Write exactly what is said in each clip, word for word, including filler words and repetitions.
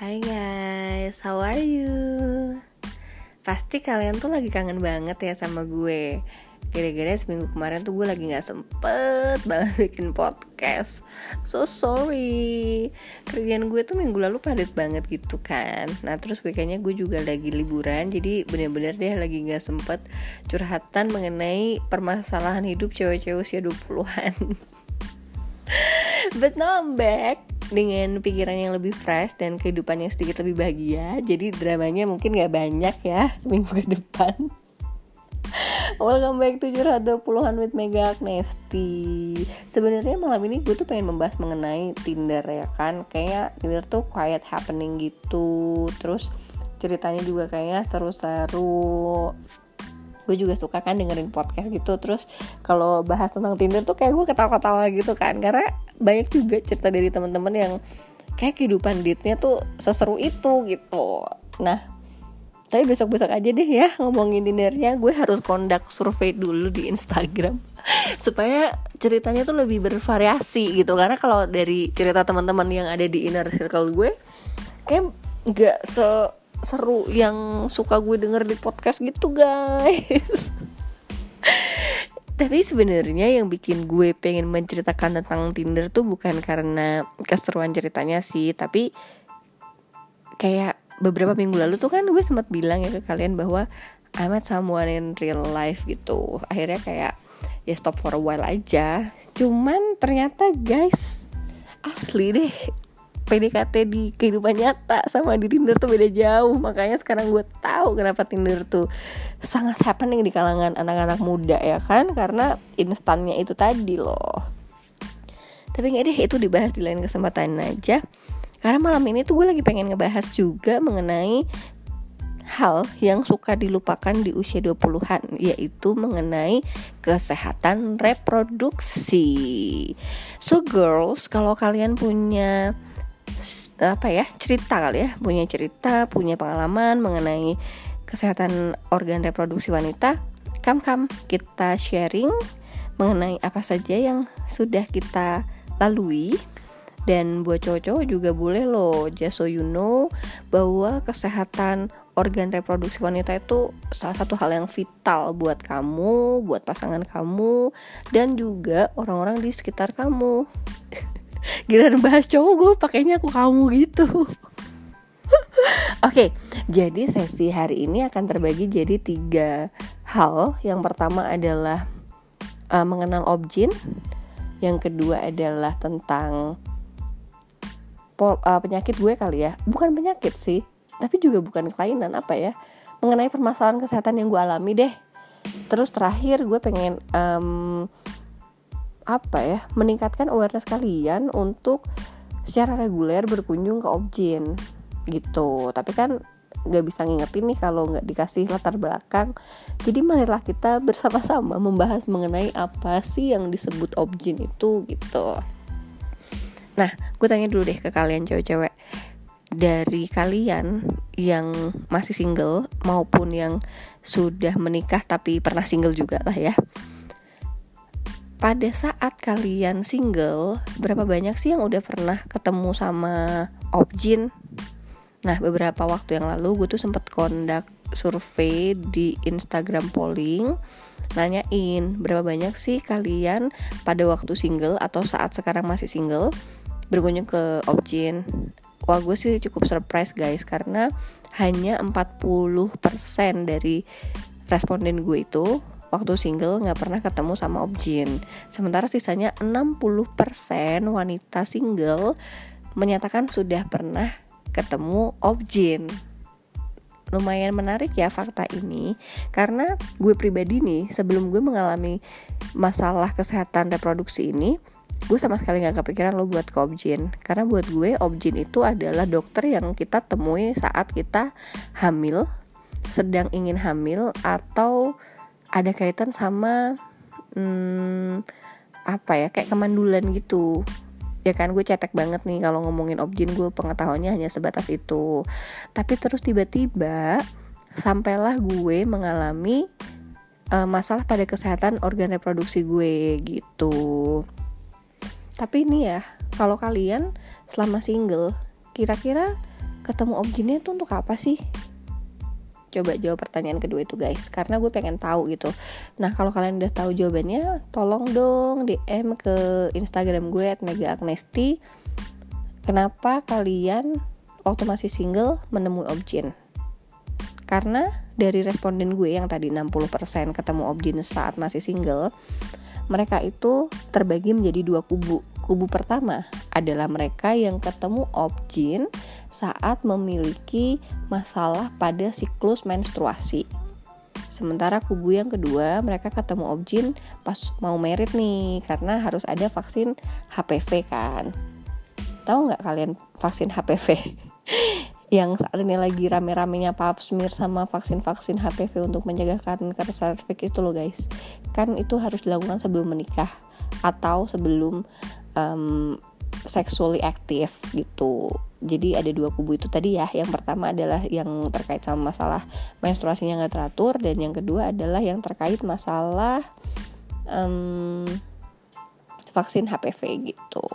Hai guys, how are you? Pasti kalian tuh lagi kangen banget ya sama gue. Gara-gara seminggu kemarin tuh gue lagi gak sempet banget bikin podcast. So sorry. Kerjaan gue tuh minggu lalu padat banget gitu kan. Nah terus weekendnya gue juga lagi liburan. Jadi bener-bener deh lagi gak sempet curhatan mengenai permasalahan hidup cewek-cewek usia dua puluhan. But now I'm back dengan pikiran yang lebih fresh dan kehidupan yang sedikit lebih bahagia. Jadi dramanya mungkin gak banyak ya seminggu ke depan. Welcome back to Curhat dua puluhan with Mega Agnesti. Sebenarnya malam ini gue tuh pengen membahas mengenai Tinder ya kan. Kayaknya Tinder tuh quiet happening gitu. Terus ceritanya juga kayaknya seru-seru. Gue juga suka kan dengerin podcast gitu. Terus kalau bahas tentang Tinder tuh kayak gue ketawa-ketawa gitu kan. Karena banyak juga cerita dari teman-teman yang kayak kehidupan date-nya tuh seseru itu gitu. Nah, tapi besok-besok aja deh ya ngomongin Tindernya. Gue harus conduct survei dulu di Instagram supaya ceritanya tuh lebih bervariasi gitu. Karena kalau dari cerita teman-teman yang ada di inner circle gue, kayak gak se seru yang suka gue denger di podcast gitu guys. Tapi sebenarnya yang bikin gue pengen menceritakan tentang Tinder tuh bukan karena keseruan ceritanya sih, tapi kayak beberapa minggu lalu tuh kan gue sempat bilang ya ke kalian bahwa I met someone in real life gitu. Akhirnya kayak ya stop for a while aja. Cuman ternyata guys, asli deh, P D K T di kehidupan nyata sama di Tinder tuh beda jauh. Makanya sekarang gue tahu kenapa Tinder tuh sangat happening di kalangan anak-anak muda ya kan. Karena instannya itu tadi loh. Tapi gak deh, itu dibahas di lain kesempatan aja. Karena malam ini tuh gue lagi pengen ngebahas juga mengenai hal yang suka dilupakan di usia dua puluhan, yaitu mengenai kesehatan reproduksi. So girls, kalau kalian punya apa ya cerita kali ya punya cerita punya pengalaman mengenai kesehatan organ reproduksi wanita, come come kita sharing mengenai apa saja yang sudah kita lalui. Dan buat cowok-cowok juga boleh loh, just so you know bahwa kesehatan organ reproduksi wanita itu salah satu hal yang vital buat kamu, buat pasangan kamu, dan juga orang-orang di sekitar kamu. Giliran bahas cowok gue pakainya aku kamu gitu. Oke, okay, jadi sesi hari ini akan terbagi jadi tiga hal. Yang pertama adalah uh, mengenal objin. Yang kedua adalah tentang pol, uh, penyakit gue kali ya. Bukan penyakit sih, tapi juga bukan kelainan apa ya. Mengenai permasalahan kesehatan yang gue alami deh. Terus terakhir gue pengen um, apa ya meningkatkan awareness kalian untuk secara reguler berkunjung ke objin gitu. Tapi kan nggak bisa ngingetin nih kalau nggak dikasih latar belakang. Jadi marilah kita bersama-sama membahas mengenai apa sih yang disebut objin itu gitu. Nah, gue tanya dulu deh ke kalian cewek-cewek, dari kalian yang masih single maupun yang sudah menikah tapi pernah single juga lah ya. Pada saat kalian single, berapa banyak sih yang udah pernah ketemu sama objin? Nah, beberapa waktu yang lalu gue tuh sempat conduct survei di Instagram polling, nanyain berapa banyak sih kalian pada waktu single atau saat sekarang masih single berkunjung ke objin. Wah, gue sih cukup surprise guys, karena hanya empat puluh persen dari responden gue itu waktu single gak pernah ketemu sama objin. Sementara sisanya enam puluh persen wanita single menyatakan sudah pernah ketemu objin. Lumayan menarik ya fakta ini, karena gue pribadi nih sebelum gue mengalami masalah kesehatan reproduksi ini, gue sama sekali gak kepikiran lo buat ke objin. Karena buat gue objin itu adalah dokter yang kita temui saat kita hamil, sedang ingin hamil, atau ada kaitan sama hmm, apa ya kayak kemandulan gitu. Ya kan, gue cetek banget nih kalau ngomongin objin, gue pengetahuannya hanya sebatas itu. Tapi terus tiba-tiba sampailah gue mengalami uh, masalah pada kesehatan organ reproduksi gue gitu. Tapi ini ya, kalau kalian selama single, kira-kira ketemu objinnya tuh untuk apa sih? Coba jawab pertanyaan kedua itu guys, karena gue pengen tahu gitu. Nah kalau kalian udah tahu jawabannya, tolong dong D M ke Instagram gue at mega agnesti. Kenapa kalian waktu masih single menemui objin? Karena dari responden gue yang tadi enam puluh persen ketemu objin saat masih single, mereka itu terbagi menjadi dua kubu. Kubu pertama adalah mereka yang ketemu objin saat memiliki masalah pada siklus menstruasi. Sementara kubu yang kedua, mereka ketemu objin pas mau merit nih, karena harus ada vaksin H P V kan. Tahu nggak kalian vaksin H P V? Yang saat ini lagi rame-ramenya pap smear sama vaksin-vaksin H P V untuk mencegah kanker serviks itu loh guys. Kan itu harus dilakukan sebelum menikah atau sebelum um, sexually active gitu. Jadi ada dua kubu itu tadi ya. Yang pertama adalah yang terkait sama masalah menstruasinya gak teratur, dan yang kedua adalah yang terkait masalah um, vaksin H P V gitu.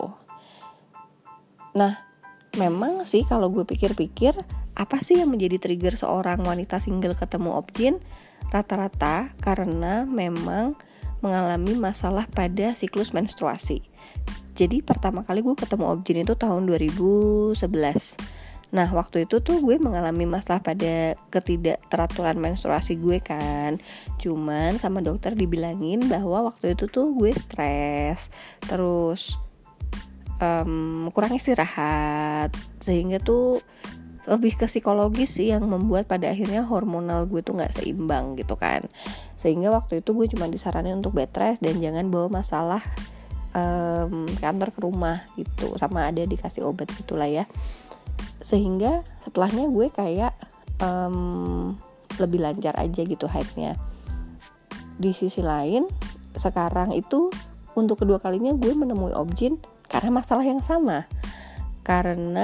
Nah memang sih kalau gue pikir-pikir, apa sih yang menjadi trigger seorang wanita single ketemu objin? Rata-rata karena memang mengalami masalah pada siklus menstruasi. Jadi pertama kali gue ketemu objin itu tahun dua ribu sebelas. Nah waktu itu tuh gue mengalami masalah pada ketidakteraturan menstruasi gue kan. Cuman sama dokter dibilangin bahwa waktu itu tuh gue stres, terus Um, kurang istirahat, sehingga tuh lebih ke psikologis sih yang membuat pada akhirnya hormonal gue tuh nggak seimbang gitu kan. Sehingga waktu itu gue cuma disaranin untuk bed rest dan jangan bawa masalah um, kantor ke rumah gitu, sama ada dikasih obat gitulah ya. Sehingga setelahnya gue kayak um, lebih lancar aja gitu haidnya. Di sisi lain sekarang itu untuk kedua kalinya gue menemui objin karena masalah yang sama, karena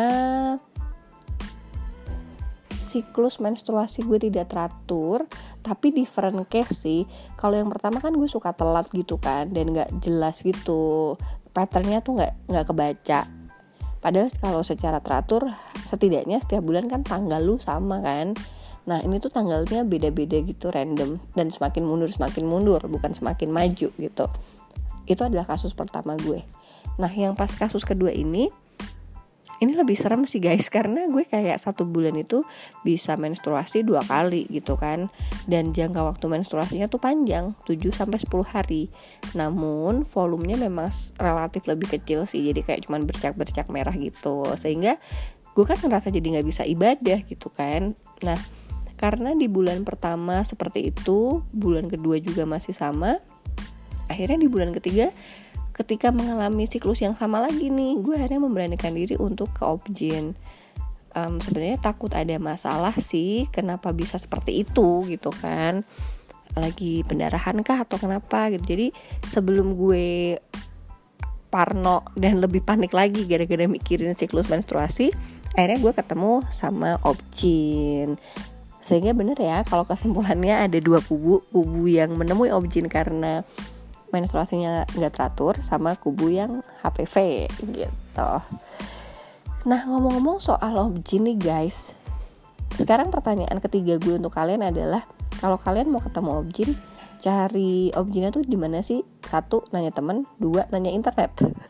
siklus menstruasi gue tidak teratur. Tapi different case sih. Kalau yang pertama kan gue suka telat gitu kan, dan gak jelas gitu, patternnya tuh gak, gak kebaca. Padahal kalau secara teratur setidaknya setiap bulan kan tanggal lu sama kan. Nah ini tuh tanggalnya beda-beda gitu, random, dan semakin mundur semakin mundur, bukan semakin maju gitu. Itu adalah kasus pertama gue. Nah yang pas kasus kedua ini, ini lebih serem sih guys, karena gue kayak satu bulan itu bisa menstruasi dua kali gitu kan. Dan jangka waktu menstruasinya tuh panjang, tujuh sampai sepuluh hari. Namun volumenya memang relatif lebih kecil sih, jadi kayak cuman bercak-bercak merah gitu. Sehingga gue kan ngerasa jadi gak bisa ibadah gitu kan. Nah karena di bulan pertama seperti itu, bulan kedua juga masih sama, akhirnya di bulan ketiga ketika mengalami siklus yang sama lagi nih, gue akhirnya memberanikan diri untuk ke objin. Um, sebenarnya takut ada masalah sih, kenapa bisa seperti itu gitu kan, lagi pendarahan kah atau kenapa gitu. Jadi sebelum gue parno dan lebih panik lagi gara-gara mikirin siklus menstruasi, akhirnya gue ketemu sama objin. Sehingga bener ya kalau kesimpulannya ada dua kubu, kubu yang menemui objin karena menstruasinya nggak teratur, sama kubu yang H P V gitu. Nah ngomong-ngomong soal objin nih guys, sekarang pertanyaan ketiga gue untuk kalian adalah, kalau kalian mau ketemu objin, cari objinnya tuh di mana sih? Satu, nanya temen. Dua, nanya internet.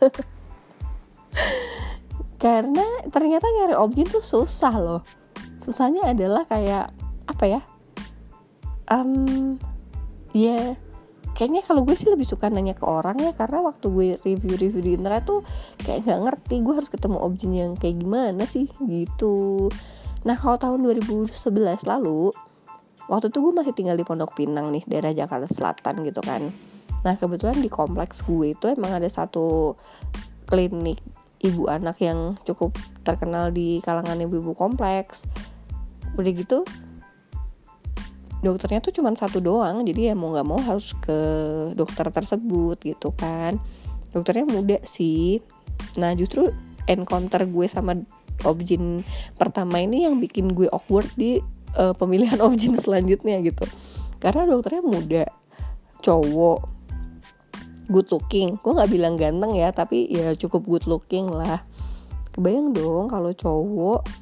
Karena ternyata nyari objin tuh susah loh. Susahnya adalah kayak apa ya? Um, ya yeah. Kayaknya kalau gue sih lebih suka nanya ke orang ya, karena waktu gue review-review di internet tuh kayak gak ngerti, gue harus ketemu objin yang kayak gimana sih gitu. Nah kalau tahun dua ribu sebelas lalu, waktu itu gue masih tinggal di Pondok Pinang nih, daerah Jakarta Selatan gitu kan. Nah kebetulan di kompleks gue itu emang ada satu klinik ibu anak yang cukup terkenal di kalangan ibu-ibu kompleks. Udah gitu dokternya tuh cuma satu doang, jadi ya mau nggak mau harus ke dokter tersebut gitu kan. Dokternya muda sih. Nah justru encounter gue sama objin pertama ini yang bikin gue awkward di uh, pemilihan objin selanjutnya gitu. Karena dokternya muda, cowok, good looking. Gue nggak bilang ganteng ya, tapi ya cukup good looking lah. Kebayang dong kalau cowok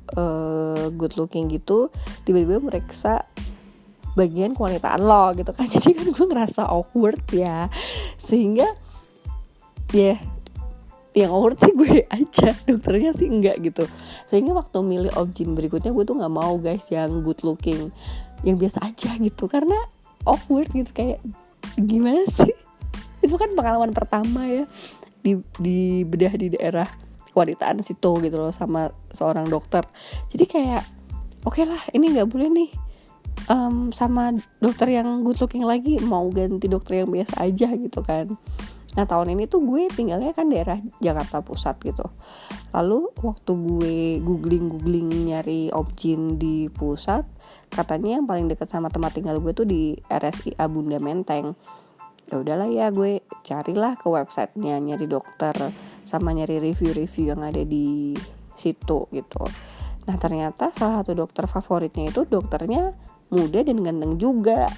uh, good looking gitu, tiba-tiba meriksa bagian kewanitaan lo gitu kan. Jadi kan gue ngerasa awkward ya, sehingga ya yeah, yang awkward sih gue aja, dokternya sih enggak gitu. Sehingga waktu milih objin berikutnya gue tuh nggak mau guys yang good looking, yang biasa aja gitu, karena awkward gitu, kayak gimana sih. Itu kan pengalaman pertama ya di di bedah di daerah kewanitaan situ gitu loh sama seorang dokter. Jadi kayak oke okay lah, ini nggak boleh nih Um, sama dokter yang good looking lagi, mau ganti dokter yang biasa aja gitu kan. Nah tahun ini tuh gue tinggalnya kan daerah Jakarta Pusat gitu. Lalu waktu gue googling-googling nyari objin di pusat, katanya yang paling dekat sama tempat tinggal gue tuh di R S I A Bunda Menteng. Ya udahlah ya, gue carilah ke websitenya, nyari dokter sama nyari review-review yang ada di situ gitu. Nah ternyata salah satu dokter favoritnya itu dokternya muda dan ganteng juga.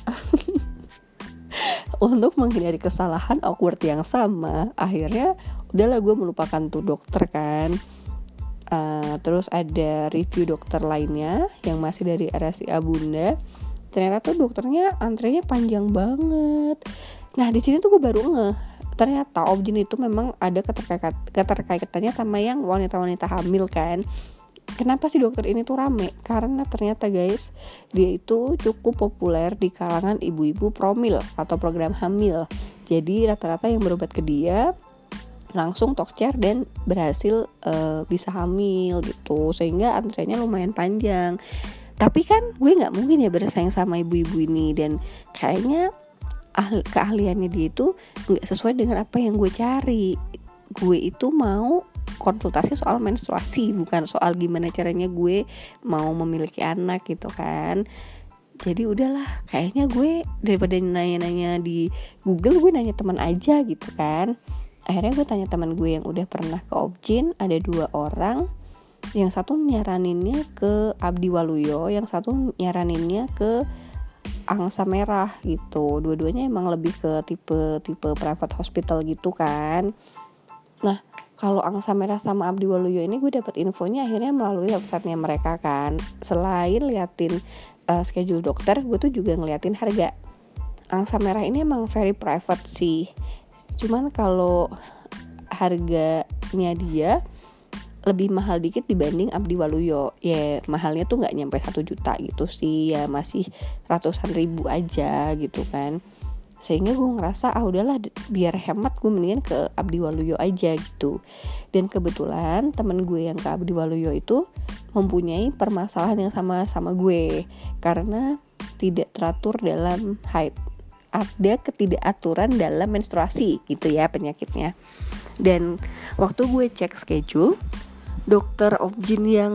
Untuk menghindari kesalahan awkward yang sama, akhirnya udahlah gue melupakan tuh dokter kan. Uh, terus ada review dokter lainnya yang masih dari R S I A Bunda. Ternyata tuh dokternya antrenya panjang banget. Nah di sini tuh gue baru ngeh, ternyata objin itu memang ada keterkait keterkaitannya sama yang wanita-wanita hamil kan. Kenapa sih dokter ini tuh rame? Karena ternyata guys, dia itu cukup populer di kalangan ibu-ibu promil atau program hamil. Jadi rata-rata yang berobat ke dia langsung tokcer dan berhasil uh, bisa hamil gitu. Sehingga antriannya lumayan panjang. Tapi kan gue gak mungkin ya bersaing sama ibu-ibu ini. Dan kayaknya ahli, keahliannya dia itu gak sesuai dengan apa yang gue cari. Gue itu mau konsultasi soal menstruasi, bukan soal gimana caranya gue mau memiliki anak gitu kan. Jadi udahlah, kayaknya gue daripada nanya-nanya di Google, gue nanya teman aja gitu kan. Akhirnya gue tanya teman gue yang udah pernah ke objin, ada dua orang. Yang satu nyaraninnya ke Abdi Waluyo, yang satu nyaraninnya ke Angsa Merah gitu. Dua-duanya emang lebih ke tipe-tipe private hospital gitu kan. Nah kalau Angsa Merah sama Abdi Waluyo ini gue dapat infonya akhirnya melalui websitenya mereka kan. Selain liatin uh, schedule dokter, gue tuh juga ngeliatin harga. Angsa Merah ini emang very private sih. Cuman kalau harganya dia lebih mahal dikit dibanding Abdi Waluyo. Ya mahalnya tuh gak nyampe satu juta gitu sih. Ya masih ratusan ribu aja gitu kan. Sehingga gue ngerasa ah udahlah, biar hemat gue mendingan ke Abdi Waluyo aja gitu. Dan kebetulan temen gue yang ke Abdi Waluyo itu mempunyai permasalahan yang sama sama gue, karena tidak teratur dalam haid, ada ketidakaturan dalam menstruasi gitu ya penyakitnya. Dan waktu gue cek schedule, dokter objin yang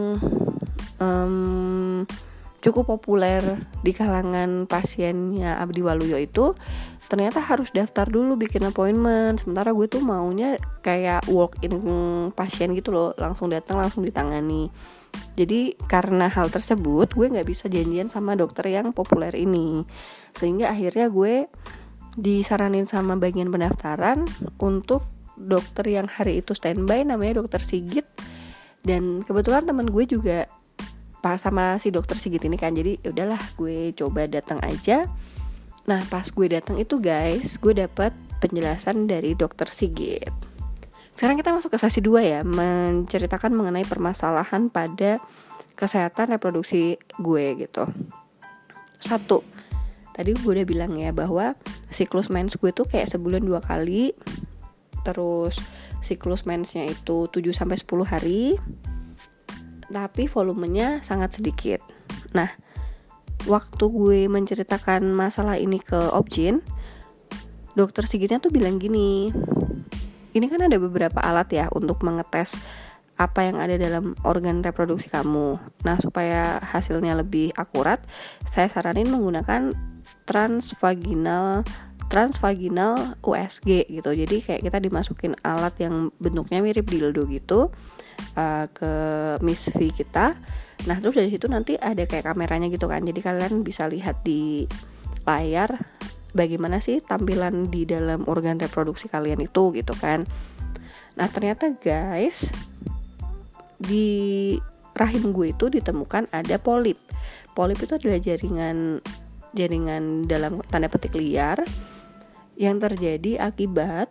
um, cukup populer di kalangan pasiennya Abdi Waluyo itu ternyata harus daftar dulu, bikin appointment. Sementara gue tuh maunya kayak walk in pasien gitu loh, langsung datang langsung ditangani. Jadi karena hal tersebut gue gak bisa janjian sama dokter yang populer ini. Sehingga akhirnya gue disaranin sama bagian pendaftaran untuk dokter yang hari itu standby, namanya dokter Sigit. Dan kebetulan teman gue juga pas sama si dokter Sigit ini kan. Jadi udahlah gue coba datang aja. Nah pas gue datang itu guys, gue dapat penjelasan dari dokter Sigit. Sekarang kita masuk ke sesi dua ya, menceritakan mengenai permasalahan pada kesehatan reproduksi gue gitu. Satu, tadi gue udah bilang ya bahwa siklus mens gue tuh kayak sebulan dua kali. Terus siklus mensnya itu tujuh sampai sepuluh hari, tapi volumenya sangat sedikit. Nah waktu gue menceritakan masalah ini ke objin, dokter Sigitnya tuh bilang gini, ini kan ada beberapa alat ya untuk mengetes apa yang ada dalam organ reproduksi kamu. Nah supaya hasilnya lebih akurat, saya saranin menggunakan transvaginal transvaginal U S G gitu. Jadi kayak kita dimasukin alat yang bentuknya mirip dildo gitu uh, ke misfi kita. Nah terus dari situ nanti ada kayak kameranya gitu kan. Jadi kalian bisa lihat di layar bagaimana sih tampilan di dalam organ reproduksi kalian itu gitu kan. Nah ternyata guys, di rahim gue itu ditemukan ada polip. Polip itu adalah jaringan jaringan dalam tanda petik liar yang terjadi akibat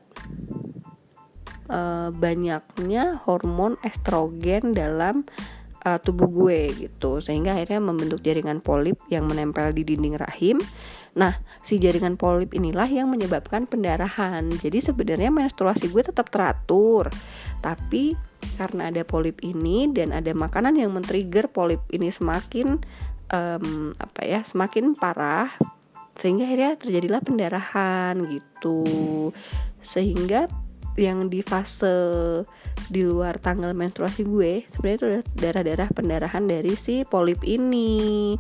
uh, banyaknya hormon estrogen dalam uh, tubuh gue gitu, sehingga akhirnya membentuk jaringan polip yang menempel di dinding rahim. Nah, si jaringan polip inilah yang menyebabkan pendarahan. Jadi sebenarnya menstruasi gue tetap teratur, tapi karena ada polip ini dan ada makanan yang men-trigger polip ini semakin um, apa ya, semakin parah, sehingga akhirnya terjadilah pendarahan gitu. Sehingga yang di fase di luar tanggal menstruasi gue sebenarnya itu adalah darah-darah pendarahan dari si polip ini.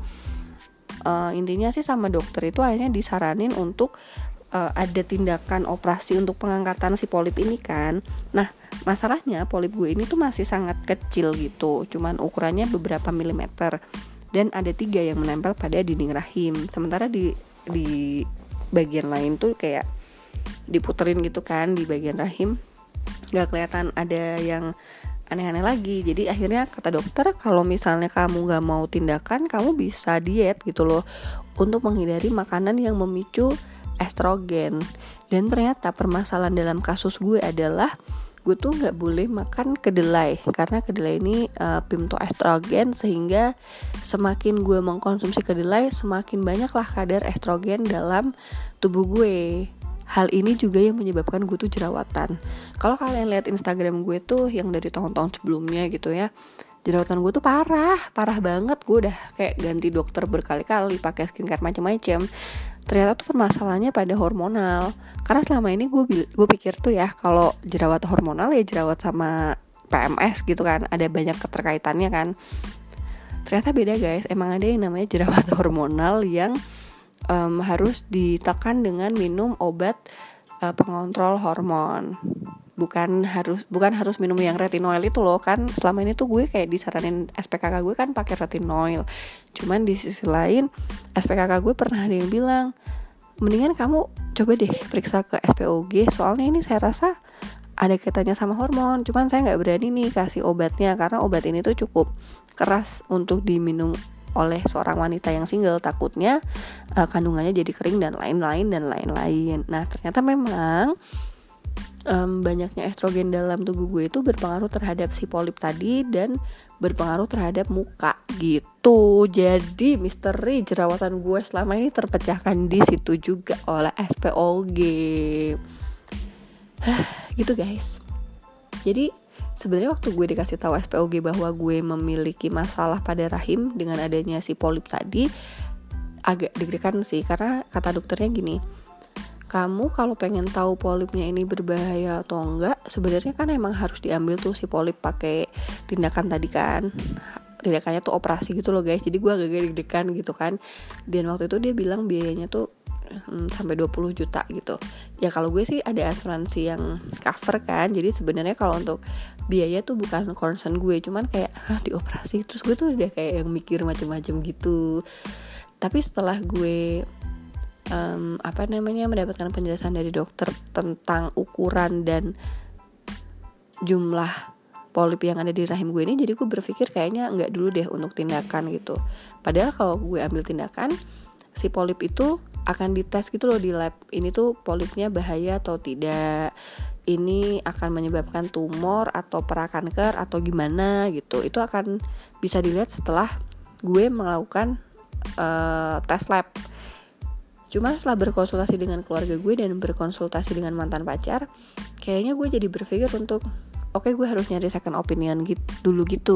Uh, intinya sih sama dokter itu akhirnya disaranin untuk uh, ada tindakan operasi untuk pengangkatan si polip ini kan. Nah, masalahnya polip gue ini tuh masih sangat kecil gitu, cuman ukurannya beberapa milimeter, dan ada tiga yang menempel pada dinding rahim. Sementara di di bagian lain tuh kayak diputerin gitu kan di bagian rahim, nggak kelihatan ada yang aneh-aneh lagi. Jadi akhirnya kata dokter, kalau misalnya kamu gak mau tindakan, kamu bisa diet gitu loh, untuk menghindari makanan yang memicu estrogen. Dan ternyata permasalahan dalam kasus gue adalah gue tuh gak boleh makan kedelai, karena kedelai ini uh, pembentuk estrogen, sehingga semakin gue mengkonsumsi kedelai, semakin banyaklah kadar estrogen dalam tubuh gue. Hal ini juga yang menyebabkan gue tuh jerawatan. Kalau kalian lihat Instagram gue tuh yang dari tahun-tahun sebelumnya gitu ya, jerawatan gue tuh parah, parah banget. Gue udah kayak ganti dokter berkali-kali, pakai skincare macam-macam. Ternyata tuh permasalahannya pada hormonal. Karena selama ini gue gue pikir tuh ya, kalau jerawat hormonal ya jerawat sama P M S gitu kan, ada banyak keterkaitannya kan. Ternyata beda guys, emang ada yang namanya jerawat hormonal yang Um, harus ditekan dengan minum obat uh, pengontrol hormon. Bukan harus bukan harus minum yang retinoil itu loh kan. Selama ini tuh gue kayak disaranin S P K K gue kan pakai retinoil. Cuman di sisi lain S P K K gue pernah ada yang bilang, mendingan kamu coba deh periksa ke S P O G, soalnya ini saya rasa ada kaitannya sama hormon. Cuman saya nggak berani nih kasih obatnya, karena obat ini tuh cukup keras untuk diminum oleh seorang wanita yang single, takutnya uh, kandungannya jadi kering dan lain-lain dan lain-lain. Nah, ternyata memang um, banyaknya estrogen dalam tubuh gue itu berpengaruh terhadap si polip tadi dan berpengaruh terhadap muka gitu. Jadi misteri jerawatan gue selama ini terpecahkan di situ juga oleh S P O G. Gitu guys. Jadi sebenarnya waktu gue dikasih tahu S P O G bahwa gue memiliki masalah pada rahim dengan adanya si polip tadi, agak deg-degan sih, karena kata dokternya gini, kamu kalau pengen tahu polipnya ini berbahaya atau enggak, sebenarnya kan emang harus diambil tuh si polip pakai tindakan tadi kan. Tindakannya tuh operasi gitu loh guys. Jadi gue agak deg-degan gitu kan. Dan waktu itu dia bilang biayanya tuh hmm, sampai dua puluh juta gitu. Ya kalau gue sih ada asuransi yang cover kan. Jadi sebenarnya kalau untuk biaya tuh bukan concern gue, cuman kayak hah dioperasi. Terus gue tuh udah kayak yang mikir macam-macam gitu. Tapi setelah gue um, apa namanya mendapatkan penjelasan dari dokter tentang ukuran dan jumlah polip yang ada di rahim gue ini, jadi gue berpikir kayaknya nggak dulu deh untuk tindakan gitu. Padahal kalau gue ambil tindakan, si polip itu akan dites gitu loh di lab. Ini tuh polipnya bahaya atau tidak, ini akan menyebabkan tumor atau prakanker atau gimana gitu. Itu akan bisa dilihat setelah gue melakukan uh, tes lab. Cuma setelah berkonsultasi dengan keluarga gue dan berkonsultasi dengan mantan pacar, kayaknya gue jadi berpikir untuk oke okay, gue harus nyari second opinion gitu, dulu gitu.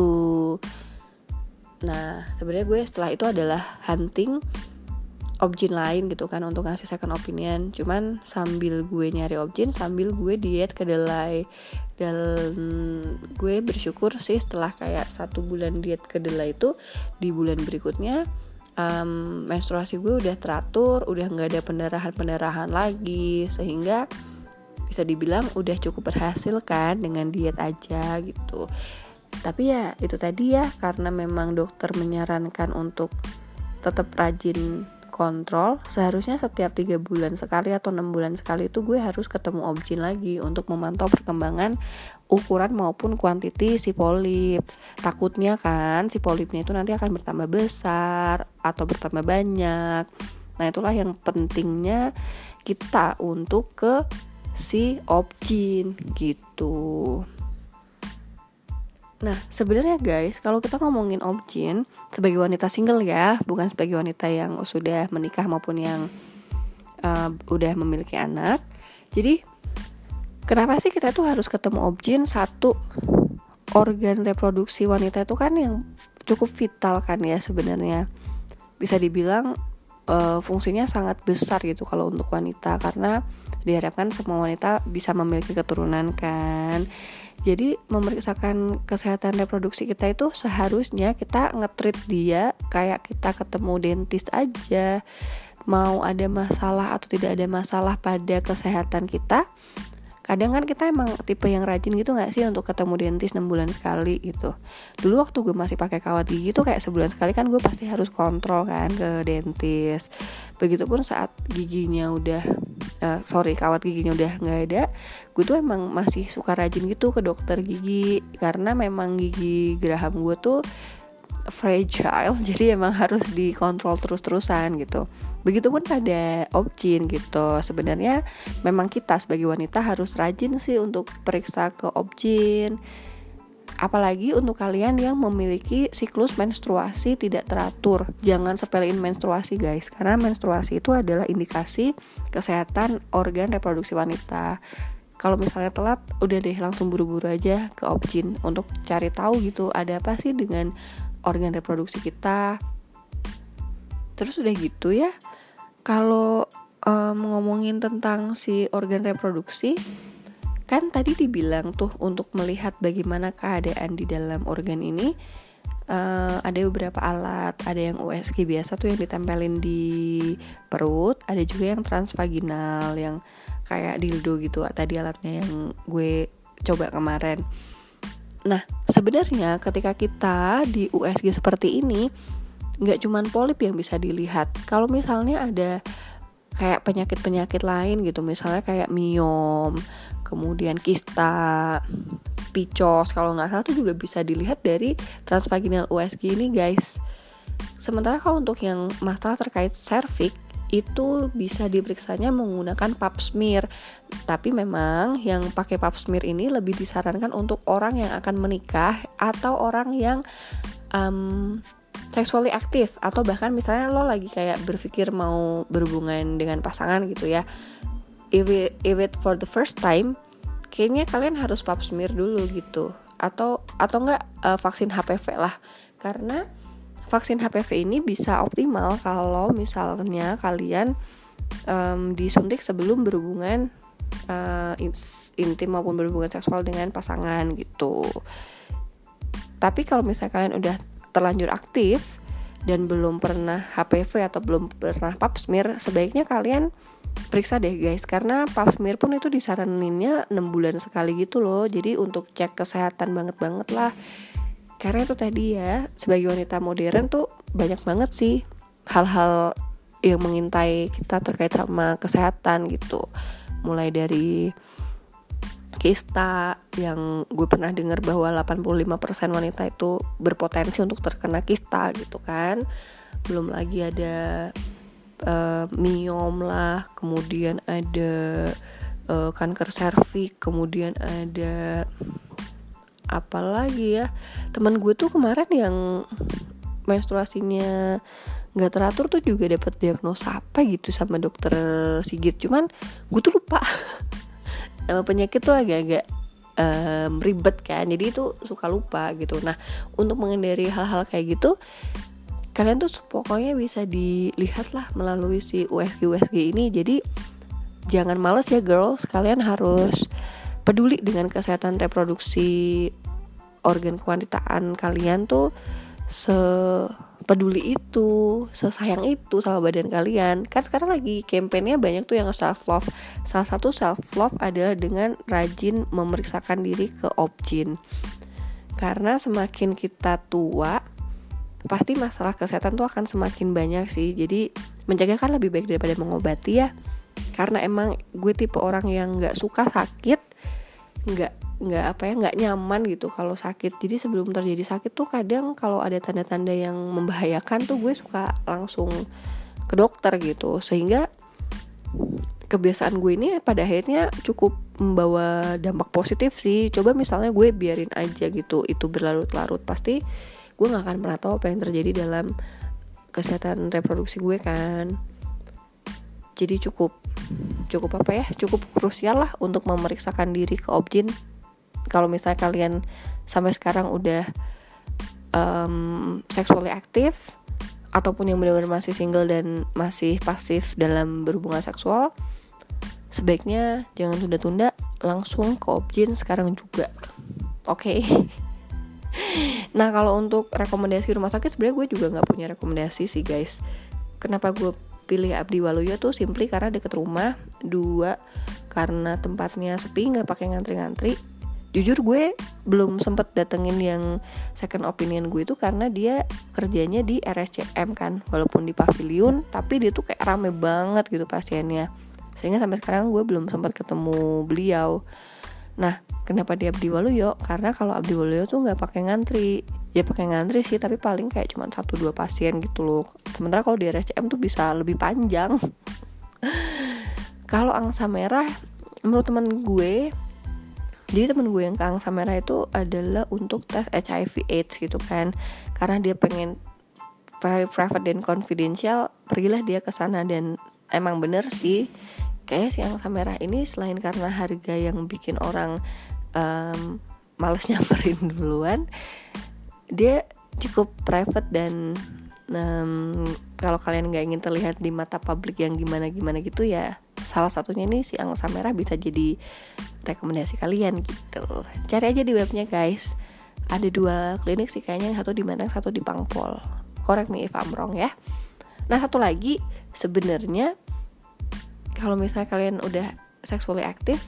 Nah sebenarnya gue setelah itu adalah hunting option lain gitu kan untuk ngasih second opinion. Cuman sambil gue nyari option, sambil gue diet kedelai. Dan gue bersyukur sih setelah kayak satu bulan diet kedelai itu, di bulan berikutnya um, menstruasi gue udah teratur, udah gak ada pendarahan-pendarahan lagi, sehingga bisa dibilang udah cukup berhasil kan dengan diet aja gitu. Tapi ya itu tadi ya, karena memang dokter menyarankan untuk tetap rajin kontrol, seharusnya setiap tiga bulan sekali atau enam bulan sekali itu gue harus ketemu obgyn lagi untuk memantau perkembangan ukuran maupun kuantiti si polip. Takutnya kan si polipnya itu nanti akan bertambah besar atau bertambah banyak. Nah itulah yang pentingnya kita untuk ke si obgyn gitu. Nah sebenarnya guys, kalau kita ngomongin obgyn sebagai wanita single ya, bukan sebagai wanita yang sudah menikah maupun yang uh, udah memiliki anak. Jadi kenapa sih kita tuh harus ketemu obgyn? Satu, organ reproduksi wanita itu kan yang cukup vital kan ya sebenarnya. Bisa dibilang uh, fungsinya sangat besar gitu kalau untuk wanita, karena diharapkan semua wanita bisa memiliki keturunan kan. Jadi memeriksakan kesehatan reproduksi kita itu seharusnya kita nge-treat dia kayak kita ketemu dentist aja. Mau ada masalah atau tidak ada masalah pada kesehatan kita, kadang kan kita emang tipe yang rajin gitu gak sih untuk ketemu dentist enam bulan sekali gitu. Dulu waktu gue masih pakai kawat gigi tuh kayak sebulan sekali kan gue pasti harus kontrol kan ke dentist. Begitupun saat giginya udah uh, sorry kawat giginya udah gak ada, gue tuh emang masih suka rajin gitu ke dokter gigi, karena memang gigi geraham gue tuh fragile, jadi emang harus dikontrol terus-terusan gitu. Begitupun pada obgyn gitu. Sebenarnya memang kita sebagai wanita harus rajin sih untuk periksa ke obgyn. Apalagi untuk kalian yang memiliki siklus menstruasi tidak teratur. Jangan sepelein menstruasi guys, karena menstruasi itu adalah indikasi kesehatan organ reproduksi wanita. Kalau misalnya telat, udah deh langsung buru-buru aja ke obgyn untuk cari tahu gitu ada apa sih dengan organ reproduksi kita. Terus udah gitu ya, kalau um, ngomongin tentang si organ reproduksi, kan tadi dibilang tuh untuk melihat bagaimana keadaan di dalam organ ini uh, ada beberapa alat. Ada yang U S G biasa tuh yang ditempelin di perut, ada juga yang transvaginal yang kayak dildo gitu. Tadi alatnya yang gue coba kemarin. Nah sebenarnya ketika kita di U S G seperti ini, nggak cuman polip yang bisa dilihat. Kalau misalnya ada kayak penyakit-penyakit lain gitu, misalnya kayak miom, kemudian kista, picos, kalau nggak salah itu juga bisa dilihat dari transvaginal U S G ini guys. Sementara kalau untuk yang masalah terkait serviks, itu bisa diperiksanya menggunakan pap smear. Tapi memang yang pakai pap smear ini lebih disarankan untuk orang yang akan menikah atau orang yang um, sexually aktif, atau bahkan misalnya lo lagi kayak berpikir mau berhubungan dengan pasangan gitu ya. If it, if it for the first time, kayaknya kalian harus pap smear dulu gitu. Atau atau enggak uh, vaksin H P V lah. Karena vaksin H P V ini bisa optimal kalau misalnya kalian um, disuntik sebelum berhubungan uh, intim maupun berhubungan seksual dengan pasangan gitu. Tapi kalau misalnya kalian udah terlanjur aktif dan belum pernah H P V atau belum pernah pap smear, sebaiknya kalian periksa deh guys, karena pap smear pun itu disaraninnya enam bulan sekali gitu loh. Jadi untuk cek kesehatan banget-banget lah. Karena itu tadi ya, sebagai wanita modern tuh banyak banget sih hal-hal yang mengintai kita terkait sama kesehatan gitu. Mulai dari kista, yang gue pernah dengar bahwa delapan puluh lima persen wanita itu berpotensi untuk terkena kista gitu kan. Belum lagi ada uh, miom lah, kemudian ada uh, kanker serviks, kemudian ada apalagi ya, teman gue tuh kemarin yang menstruasinya nggak teratur tuh juga dapat diagnosa apa gitu sama dokter Sigit, cuman gue tuh lupa. Nama penyakit tuh agak-agak um, ribet kan, jadi itu suka lupa gitu. Nah untuk menghindari hal-hal kayak gitu, kalian tuh pokoknya bisa dilihat lah melalui si U S G U S G ini. Jadi jangan males ya girls, kalian harus peduli dengan kesehatan reproduksi organ kewanitaan kalian tuh sepeduli itu, sesayang itu sama badan kalian. Kan sekarang lagi kampanyenya banyak tuh yang self love. Salah satu self love adalah dengan rajin memeriksakan diri ke obgyn. Karena semakin kita tua, pasti masalah kesehatan tuh akan semakin banyak sih. Jadi mencegah kan lebih baik daripada mengobati ya. Karena emang gue tipe orang yang nggak suka sakit, nggak nggak apa ya nggak nyaman gitu kalau sakit. Jadi sebelum terjadi sakit tuh kadang kalau ada tanda-tanda yang membahayakan tuh gue suka langsung ke dokter gitu, sehingga kebiasaan gue ini pada akhirnya cukup membawa dampak positif sih. Coba misalnya gue biarin aja gitu itu berlarut-larut, pasti gue nggak akan pernah tahu apa yang terjadi dalam kesehatan reproduksi gue kan. Jadi cukup cukup apa ya cukup krusial lah untuk memeriksakan diri ke obgyn. Kalau misalnya kalian sampai sekarang udah um, sexually aktif ataupun yang benar-benar masih single dan masih pasif dalam berhubungan seksual, sebaiknya jangan tunda-tunda, langsung ke obgyn sekarang juga. Oke. Okay? Nah kalau untuk rekomendasi rumah sakit, sebenarnya gue juga nggak punya rekomendasi sih guys. Kenapa gue pilih Abdi Waluyo tuh simply karena deket rumah, dua karena tempatnya sepi, nggak pakai ngantri-ngantri. Jujur gue belum sempet datengin yang second opinion gue itu karena dia kerjanya di R S C M kan, walaupun di pavilion, tapi dia tuh kayak rame banget gitu pasiennya, sehingga sampai sekarang gue belum sempat ketemu beliau. Nah kenapa di Abdi Waluyo? Karena kalau Abdi Waluyo tuh nggak pakai ngantri. Ya pakai ngantri sih, tapi paling kayak cuma satu dua pasien gitu loh. Sementara kalau di R S C M tuh bisa lebih panjang. Kalau angsa merah, menurut teman gue, jadi temen gue yang ke angsa merah itu adalah untuk tes H I V AIDS gitu kan. Karena dia pengen very private dan confidential, pergilah dia ke sana. Dan emang bener sih, kayaknya si angsa merah ini selain karena harga yang bikin orang um, males nyamperin duluan, dia cukup private dan um, kalau kalian nggak ingin terlihat di mata publik yang gimana-gimana gitu ya, salah satunya ini si angsa merah bisa jadi rekomendasi kalian gitu. Cari aja di webnya guys. Ada dua klinik sih kayaknya, yang satu di Menteng, satu di Pangpol. Correct me if I'm wrong ya. Nah satu lagi, sebenarnya kalau misalnya kalian udah sexually aktif,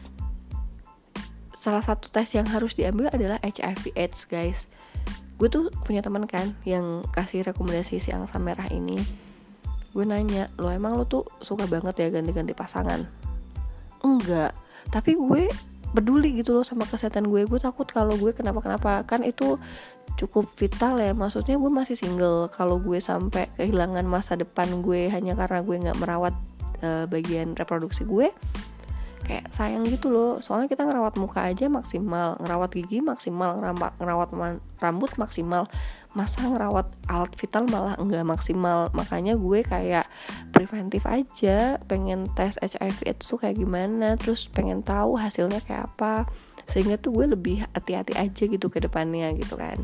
salah satu tes yang harus diambil adalah H I V AIDS guys. Gue tuh punya teman kan yang kasih rekomendasi si angsa merah ini. Gue nanya, lo emang lo tuh suka banget ya ganti-ganti pasangan? Enggak, tapi gue peduli gitu loh sama kesehatan gue. Gue takut kalau gue kenapa-kenapa, kan itu cukup vital ya. Maksudnya gue masih single, kalau gue sampai kehilangan masa depan gue hanya karena gue gak merawat uh, bagian reproduksi gue, kayak sayang gitu loh. Soalnya kita ngerawat muka aja maksimal, ngerawat gigi maksimal, ngerawat, ngerawat man, rambut maksimal, masa ngerawat alat vital malah enggak maksimal. Makanya gue kayak preventif aja, pengen tes H I V AIDS tuh kayak gimana, terus pengen tahu hasilnya kayak apa, sehingga tuh gue lebih hati-hati aja gitu ke depannya gitu kan.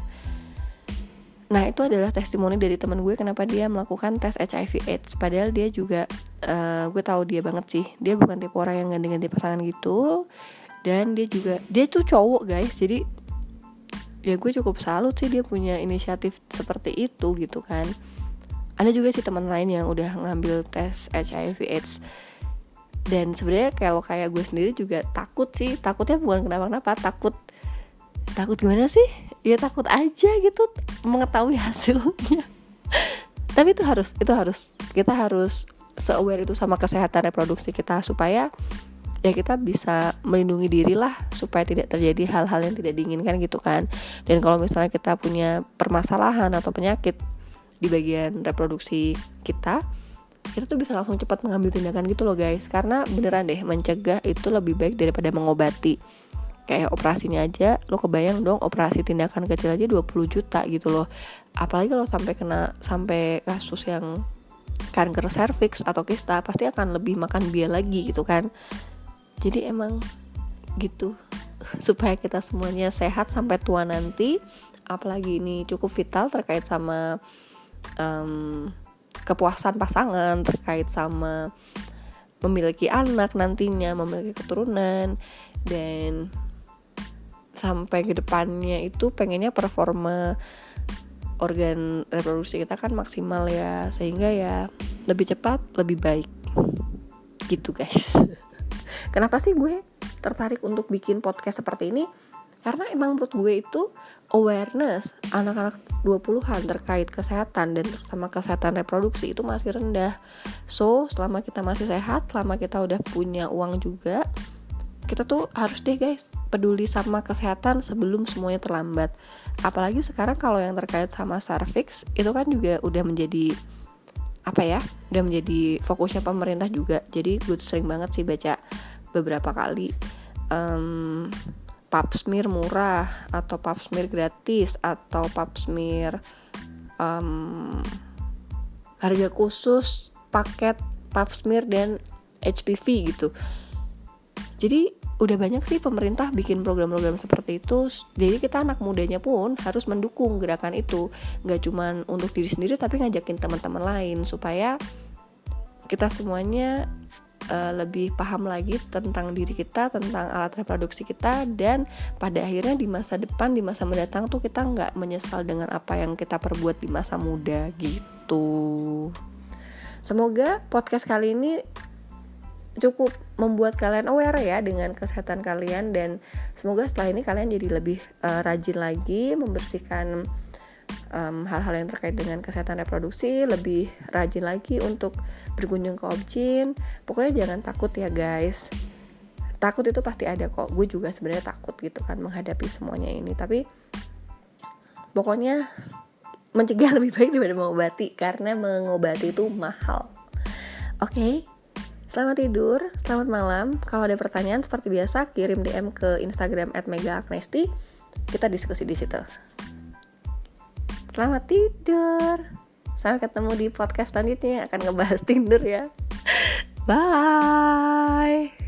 Nah itu adalah testimoni dari teman gue kenapa dia melakukan tes H I V AIDS. Padahal dia juga uh, gue tahu dia banget sih, dia bukan tipe orang yang ganti-ganti pasangan gitu. Dan dia juga, dia tuh cowok guys, jadi ya gue cukup salut sih dia punya inisiatif seperti itu gitu kan. Ada juga sih teman lain yang udah ngambil tes H I V AIDS, dan sebenarnya kalau kayak gue sendiri juga takut sih. Takutnya bukan kenapa-kenapa, takut takut gimana sih? Ya takut aja gitu mengetahui hasilnya. Tapi itu harus, itu harus kita harus se-aware itu sama kesehatan reproduksi kita, supaya ya kita bisa melindungi diri lah, supaya tidak terjadi hal-hal yang tidak diinginkan gitu kan. Dan kalau misalnya kita punya permasalahan atau penyakit di bagian reproduksi kita, kita tuh bisa langsung cepat mengambil tindakan gitu loh guys. Karena beneran deh, mencegah itu lebih baik daripada mengobati. Kayak operasinya aja, lo kebayang dong operasi tindakan kecil aja dua puluh juta gitu loh. Apalagi kalau sampai kena, sampai kasus yang kanker serviks atau kista, pasti akan lebih makan biaya lagi gitu kan. Jadi emang gitu, supaya kita semuanya sehat sampai tua nanti. Apalagi ini cukup vital terkait sama um, kepuasan pasangan, terkait sama memiliki anak nantinya, memiliki keturunan, dan sampai ke depannya itu pengennya performa organ reproduksi kita kan maksimal ya, sehingga ya lebih cepat lebih baik gitu guys. Kenapa sih gue tertarik untuk bikin podcast seperti ini? Karena emang menurut gue itu awareness anak-anak dua puluhan terkait kesehatan dan terutama kesehatan reproduksi itu masih rendah. So selama kita masih sehat, selama kita udah punya uang juga, kita tuh harus deh guys peduli sama kesehatan sebelum semuanya terlambat. Apalagi sekarang kalau yang terkait sama cervix itu kan juga udah menjadi apa ya, udah menjadi fokusnya pemerintah juga. Jadi gue tuh sering banget sih baca beberapa kali um, pap smear murah atau pap smear gratis atau pap smear um, harga khusus paket pap smear dan H P V gitu. Jadi udah banyak sih pemerintah bikin program-program seperti itu. Jadi kita anak mudanya pun harus mendukung gerakan itu. Gak cuman untuk diri sendiri tapi ngajakin teman-teman lain supaya kita semuanya uh, lebih paham lagi tentang diri kita, tentang alat reproduksi kita, dan pada akhirnya di masa depan, di masa mendatang tuh kita gak menyesal dengan apa yang kita perbuat di masa muda gitu. Semoga podcast kali ini cukup membuat kalian aware ya dengan kesehatan kalian, dan semoga setelah ini kalian jadi lebih uh, rajin lagi membersihkan um, hal-hal yang terkait dengan kesehatan reproduksi, lebih rajin lagi untuk berkunjung ke obgyn. Pokoknya jangan takut ya guys. Takut itu pasti ada kok. Gue juga sebenarnya takut gitu kan menghadapi semuanya ini, tapi pokoknya mencegah lebih baik daripada mengobati, karena mengobati itu mahal. Oke, okay? Selamat tidur, selamat malam. Kalau ada pertanyaan seperti biasa kirim D M ke Instagram at mega agnesti. Kita diskusi di situ. Selamat tidur. Sampai ketemu di podcast selanjutnya, akan ngebahas Tinder ya. Bye.